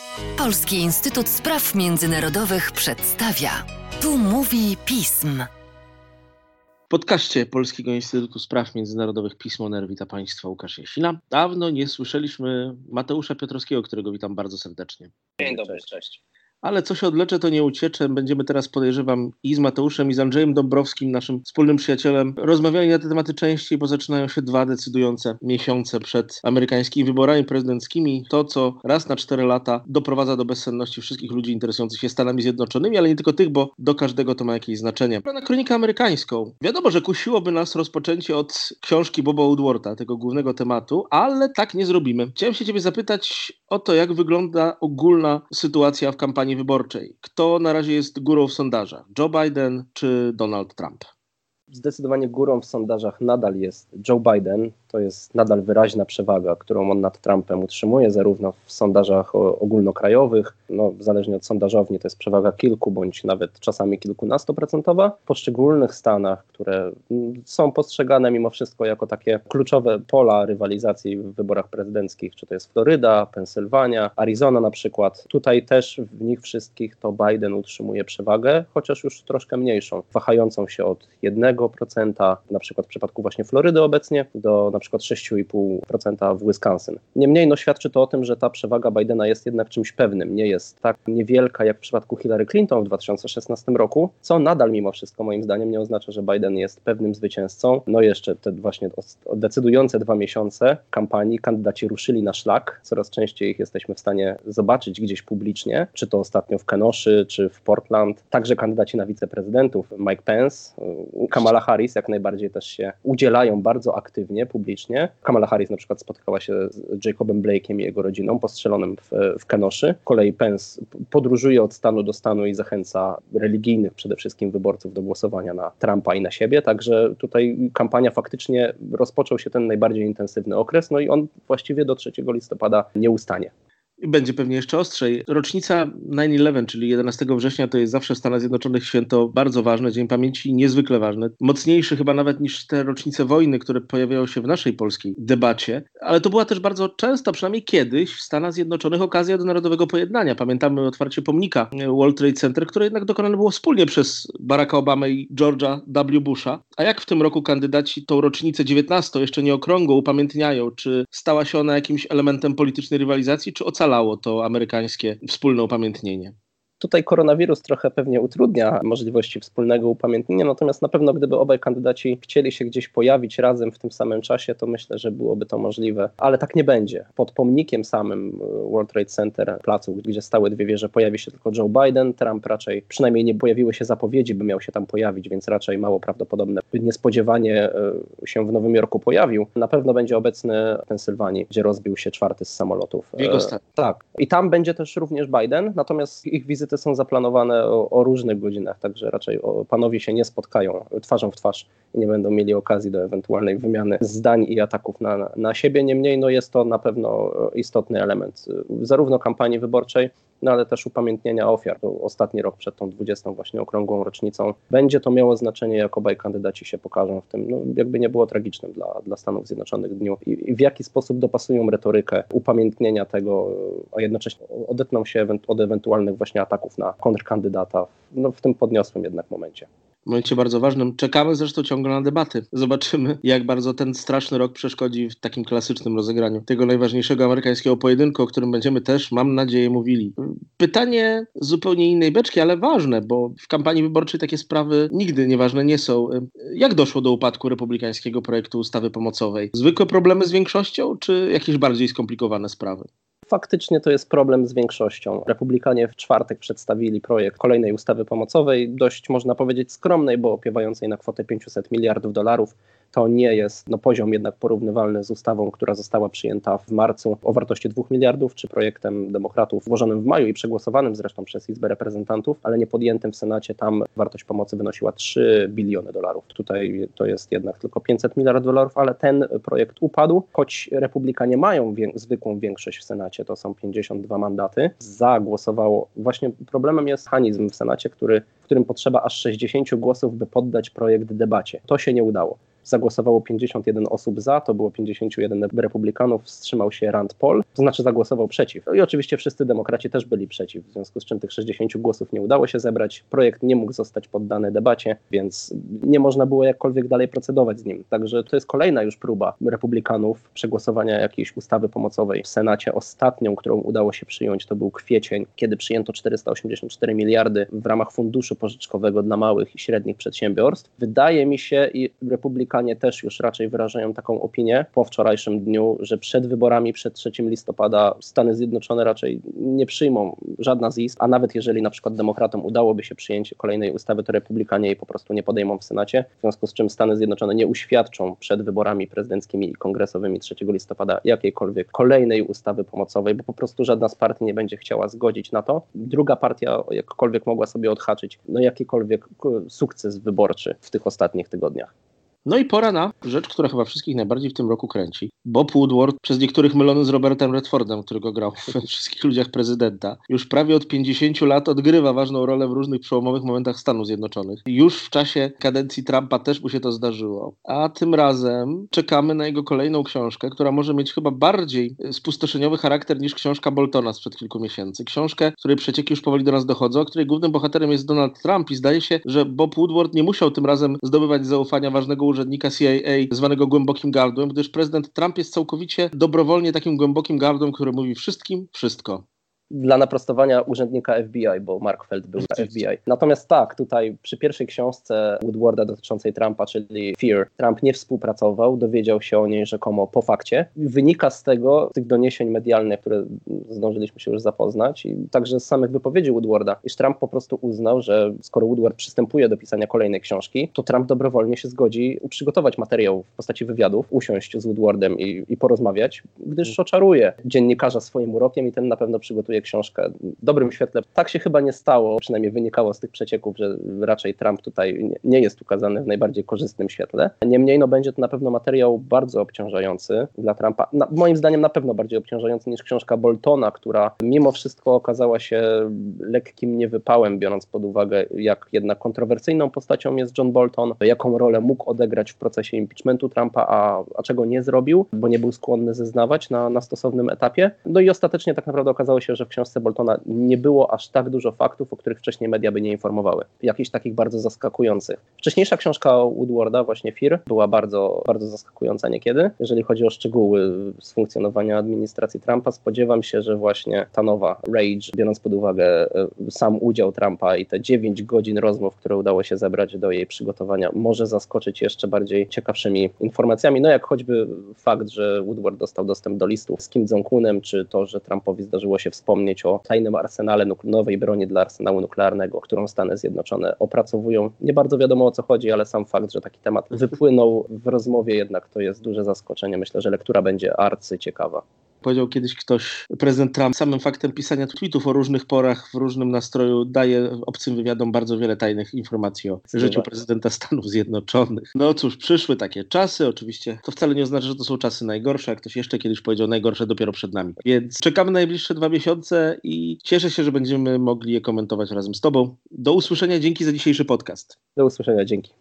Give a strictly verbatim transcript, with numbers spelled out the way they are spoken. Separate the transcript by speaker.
Speaker 1: Polski Instytut Spraw Międzynarodowych przedstawia. Tu mówi pism.
Speaker 2: W podcaście Polskiego Instytutu Spraw Międzynarodowych Pismo N E R wita Państwa Łukasz Jasina. Dawno nie słyszeliśmy Mateusza Piotrowskiego, którego witam bardzo serdecznie.
Speaker 3: Dzień dobry, cześć.
Speaker 2: Ale co się odlecze, to nie uciecze. Będziemy teraz, podejrzewam, i z Mateuszem, i z Andrzejem Dąbrowskim, naszym wspólnym przyjacielem, rozmawiali na te tematy częściej, bo zaczynają się dwa decydujące miesiące przed amerykańskimi wyborami prezydenckimi. To, co raz na cztery lata doprowadza do bezsenności wszystkich ludzi interesujących się Stanami Zjednoczonymi, ale nie tylko tych, bo do każdego to ma jakieś znaczenie. Na kronikę amerykańską. Wiadomo, że kusiłoby nas rozpoczęcie od książki Boba Woodwarda, tego głównego tematu, ale tak nie zrobimy. Chciałem się ciebie zapytać o to, jak wygląda ogólna sytuacja w kampanii wyborczej. Kto na razie jest górą w sondażach? Joe Biden czy Donald Trump?
Speaker 3: Zdecydowanie górą w sondażach nadal jest Joe Biden. To jest nadal wyraźna przewaga, którą on nad Trumpem utrzymuje, zarówno w sondażach ogólnokrajowych, no zależnie od sondażowni to jest przewaga kilku, bądź nawet czasami kilkunastoprocentowa. W poszczególnych stanach, które są postrzegane mimo wszystko jako takie kluczowe pola rywalizacji w wyborach prezydenckich, czy to jest Floryda, Pensylwania, Arizona na przykład. Tutaj też w nich wszystkich to Biden utrzymuje przewagę, chociaż już troszkę mniejszą, wahającą się od jednego procenta, na przykład w przypadku właśnie Florydy obecnie, do na przykład sześć i pół procent w Wisconsin. Niemniej no, świadczy to o tym, że ta przewaga Bidena jest jednak czymś pewnym. Nie jest tak niewielka jak w przypadku Hillary Clinton w dwa tysiące szesnastym roku, co nadal mimo wszystko moim zdaniem nie oznacza, że Biden jest pewnym zwycięzcą. No jeszcze te właśnie decydujące dwa miesiące kampanii kandydaci ruszyli na szlak. Coraz częściej ich jesteśmy w stanie zobaczyć gdzieś publicznie, czy to ostatnio w Kenoszy, czy w Portland. Także kandydaci na wiceprezydentów, Mike Pence, Kamala Harris jak najbardziej też się udzielają bardzo aktywnie, publicznie. Kamala Harris na przykład spotkała się z Jacobem Blake'iem i jego rodziną postrzelonym w, w Kenoszy. Z kolei Pence podróżuje od stanu do stanu i zachęca religijnych przede wszystkim wyborców do głosowania na Trumpa i na siebie. Także tutaj kampania faktycznie rozpoczął się ten najbardziej intensywny okres, no i on właściwie do trzeciego listopada nie ustanie.
Speaker 2: I będzie pewnie jeszcze ostrzej. Rocznica nine eleven, czyli jedenastego września, to jest zawsze w Stanach Zjednoczonych święto bardzo ważne, Dzień Pamięci niezwykle ważny. Mocniejszy chyba nawet niż te rocznice wojny, które pojawiają się w naszej polskiej debacie. Ale to była też bardzo często, przynajmniej kiedyś, w Stanach Zjednoczonych okazja do narodowego pojednania. Pamiętamy otwarcie pomnika World Trade Center, które jednak dokonane było wspólnie przez Baracka Obamę i George'a W. Busha. A jak w tym roku kandydaci tą rocznicę dziewiętnastą, jeszcze nie okrągłą, upamiętniają? Czy stała się ona jakimś elementem politycznej rywalizacji, czy ocalało to amerykańskie wspólne upamiętnienie?
Speaker 3: Tutaj koronawirus trochę pewnie utrudnia możliwości wspólnego upamiętnienia, natomiast na pewno gdyby obaj kandydaci chcieli się gdzieś pojawić razem w tym samym czasie, to myślę, że byłoby to możliwe, ale tak nie będzie. Pod pomnikiem samym World Trade Center, placu, gdzie stały dwie wieże, pojawi się tylko Joe Biden. Trump raczej, przynajmniej nie pojawiły się zapowiedzi, by miał się tam pojawić, więc raczej mało prawdopodobne, by niespodziewanie się w Nowym Jorku pojawił. Na pewno będzie obecny w Pensylwanii, gdzie rozbił się czwarty z samolotów.
Speaker 2: W jego stanie.
Speaker 3: Tak. I tam będzie też również Biden, natomiast ich wizyty są zaplanowane o, o różnych godzinach, także raczej o, panowie się nie spotkają twarzą w twarz i nie będą mieli okazji do ewentualnej wymiany zdań i ataków na, na siebie. Niemniej no jest to na pewno istotny element zarówno kampanii wyborczej, no ale też upamiętnienia ofiar. To ostatni rok przed tą dwudziestą właśnie okrągłą rocznicą. Będzie to miało znaczenie, jak obaj kandydaci się pokażą w tym, no jakby nie było tragicznym dla, dla Stanów Zjednoczonych dniu i, i w jaki sposób dopasują retorykę upamiętnienia tego, a jednocześnie odetną się ewent- od ewentualnych właśnie ataków na kontrkandydata no, w tym podniosłym jednak momencie.
Speaker 2: W momencie bardzo ważnym. Czekamy zresztą ciągle na debaty. Zobaczymy, jak bardzo ten straszny rok przeszkodzi w takim klasycznym rozegraniu tego najważniejszego amerykańskiego pojedynku, o którym będziemy też, mam nadzieję, mówili. Pytanie z zupełnie innej beczki, ale ważne, bo w kampanii wyborczej takie sprawy nigdy nieważne nie są. Jak doszło do upadku republikańskiego projektu ustawy pomocowej? Zwykłe problemy z większością, czy jakieś bardziej skomplikowane sprawy?
Speaker 3: Faktycznie to jest problem z większością. Republikanie w czwartek przedstawili projekt kolejnej ustawy pomocowej, dość można powiedzieć skromnej, bo opiewającej na kwotę pięćset miliardów dolarów. To nie jest no, poziom jednak porównywalny z ustawą, która została przyjęta w marcu o wartości dwóch miliardów, czy projektem demokratów włożonym w maju i przegłosowanym zresztą przez Izbę Reprezentantów, ale nie podjętym w Senacie. Tam wartość pomocy wynosiła trzy biliony dolarów. Tutaj to jest jednak tylko pięćset miliardów dolarów, ale ten projekt upadł, choć republikanie mają wiek- zwykłą większość w Senacie, to są pięćdziesiąt dwa mandaty, zagłosowało. Właśnie problemem jest mechanizm w Senacie, który, w którym potrzeba aż sześćdziesięciu głosów, by poddać projekt debacie. To się nie udało. zagłosowało pięćdziesiąt jeden osób za, to było pięćdziesiąt jeden republikanów, wstrzymał się Rand Paul, to znaczy zagłosował przeciw. No i oczywiście wszyscy demokraci też byli przeciw, w związku z czym tych sześćdziesiąt głosów nie udało się zebrać. Projekt nie mógł zostać poddany debacie, więc nie można było jakkolwiek dalej procedować z nim. Także to jest kolejna już próba republikanów przegłosowania jakiejś ustawy pomocowej w Senacie. Ostatnią, którą udało się przyjąć, to był kwiecień, kiedy przyjęto czterysta osiemdziesiąt cztery miliardy w ramach funduszu pożyczkowego dla małych i średnich przedsiębiorstw. Wydaje mi się, i republikanie też już raczej wyrażają taką opinię po wczorajszym dniu, że przed wyborami, przed trzeciego listopada Stany Zjednoczone raczej nie przyjmą żadna z izb, a nawet jeżeli na przykład demokratom udałoby się przyjęcie kolejnej ustawy, to republikanie jej po prostu nie podejmą w Senacie, w związku z czym Stany Zjednoczone nie uświadczą przed wyborami prezydenckimi i kongresowymi trzeciego listopada jakiejkolwiek kolejnej ustawy pomocowej, bo po prostu żadna z partii nie będzie chciała zgodzić na to. Druga partia jakkolwiek mogła sobie odhaczyć no jakikolwiek sukces wyborczy w tych ostatnich tygodniach.
Speaker 2: No i pora na rzecz, która chyba wszystkich najbardziej w tym roku kręci. Bob Woodward, przez niektórych mylony z Robertem Redfordem, którego grał we Wszystkich ludziach prezydenta, już prawie od pięćdziesięciu lat odgrywa ważną rolę w różnych przełomowych momentach Stanów Zjednoczonych. Już w czasie kadencji Trumpa też mu się to zdarzyło. A tym razem czekamy na jego kolejną książkę, która może mieć chyba bardziej spustoszeniowy charakter niż książka Boltona sprzed kilku miesięcy. Książkę, której przecieki już powoli do nas dochodzą, a której głównym bohaterem jest Donald Trump i zdaje się, że Bob Woodward nie musiał tym razem zdobywać zaufania ważnego urzędnika C I A zwanego głębokim gardłem, gdyż prezydent Trump jest całkowicie dobrowolnie takim głębokim gardłem, który mówi wszystkim wszystko.
Speaker 3: Dla naprostowania urzędnika F B I, bo Mark Feld był na F B I. Natomiast tak, tutaj przy pierwszej książce Woodwarda dotyczącej Trumpa, czyli Fear, Trump nie współpracował, dowiedział się o niej rzekomo po fakcie. Wynika z tego, z tych doniesień medialnych, które zdążyliśmy się już zapoznać i także z samych wypowiedzi Woodwarda, iż Trump po prostu uznał, że skoro Woodward przystępuje do pisania kolejnej książki, to Trump dobrowolnie się zgodzi przygotować materiał w postaci wywiadów, usiąść z Woodwardem i, i porozmawiać, gdyż oczaruje dziennikarza swoim urokiem i ten na pewno przygotuje książkę w dobrym świetle. Tak się chyba nie stało, przynajmniej wynikało z tych przecieków, że raczej Trump tutaj nie, nie jest ukazany w najbardziej korzystnym świetle. Niemniej no, będzie to na pewno materiał bardzo obciążający dla Trumpa. Na, moim zdaniem na pewno bardziej obciążający niż książka Boltona, która mimo wszystko okazała się lekkim niewypałem, biorąc pod uwagę, jak jednak kontrowersyjną postacią jest John Bolton, jaką rolę mógł odegrać w procesie impeachmentu Trumpa, a, a czego nie zrobił, bo nie był skłonny zeznawać na, na stosownym etapie. No i ostatecznie tak naprawdę okazało się, że w książce Boltona nie było aż tak dużo faktów, o których wcześniej media by nie informowały. Jakichś takich bardzo zaskakujących. Wcześniejsza książka Woodwarda, właśnie Fear, była bardzo, bardzo zaskakująca niekiedy. Jeżeli chodzi o szczegóły z funkcjonowania administracji Trumpa, spodziewam się, że właśnie ta nowa Rage, biorąc pod uwagę sam udział Trumpa i te dziewięć godzin rozmów, które udało się zebrać do jej przygotowania, może zaskoczyć jeszcze bardziej ciekawszymi informacjami. No jak choćby fakt, że Woodward dostał dostęp do listów z Kim Jong-unem, czy to, że Trumpowi zdarzyło się wspomnieć o tajnym arsenale nuk- nowej broni dla arsenału nuklearnego, którą Stany Zjednoczone opracowują. Nie bardzo wiadomo, o co chodzi, ale sam fakt, że taki temat wypłynął w rozmowie, jednak to jest duże zaskoczenie. Myślę, że lektura będzie arcyciekawa.
Speaker 2: Powiedział kiedyś ktoś, prezydent Trump samym faktem pisania tweetów o różnych porach, w różnym nastroju daje obcym wywiadom bardzo wiele tajnych informacji o życiu prezydenta Stanów Zjednoczonych. No cóż, przyszły takie czasy, oczywiście to wcale nie oznacza, że to są czasy najgorsze, jak ktoś jeszcze kiedyś powiedział, najgorsze dopiero przed nami. Więc czekamy na najbliższe dwa miesiące i cieszę się, że będziemy mogli je komentować razem z Tobą. Do usłyszenia, dzięki za dzisiejszy podcast.
Speaker 3: Do usłyszenia, dzięki.